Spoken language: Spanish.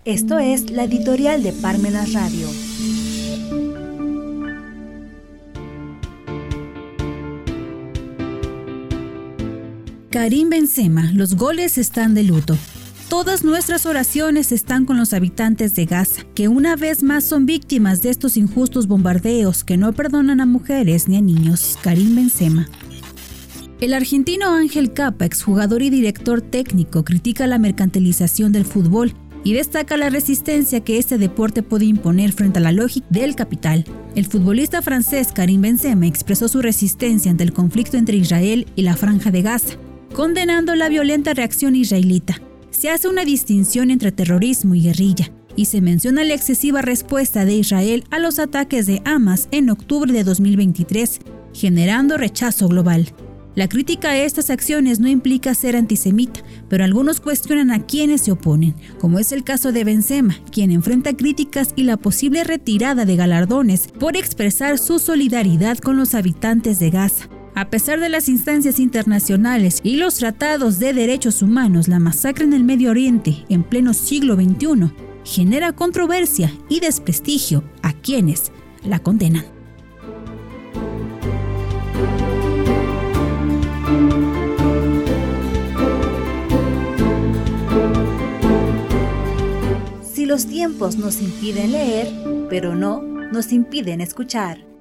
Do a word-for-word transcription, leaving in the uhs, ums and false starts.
Esto es la editorial de Parmenas Radio. Karim Benzema, los goles están de luto. Todas nuestras oraciones están con los habitantes de Gaza, que una vez más son víctimas de estos injustos bombardeos que no perdonan a mujeres ni a niños. Karim Benzema. El argentino Ángel Capa, exjugador y director técnico, critica la mercantilización del fútbol y destaca la resistencia que este deporte puede imponer frente a la lógica del capital. El futbolista francés Karim Benzema expresó su resistencia ante el conflicto entre Israel y la Franja de Gaza, condenando la violenta reacción israelita. Se hace una distinción entre terrorismo y guerrilla, y se menciona la excesiva respuesta de Israel a los ataques de Hamas en octubre de dos mil veintitrés, generando rechazo global. La crítica a estas acciones no implica ser antisemita, pero algunos cuestionan a quienes se oponen, como es el caso de Benzema, quien enfrenta críticas y la posible retirada de galardones por expresar su solidaridad con los habitantes de Gaza. A pesar de las instancias internacionales y los tratados de derechos humanos, la masacre en el Medio Oriente, en pleno siglo veintiuno, genera controversia y desprestigio a quienes la condenan. Si los tiempos nos impiden leer, pero no nos impiden escuchar.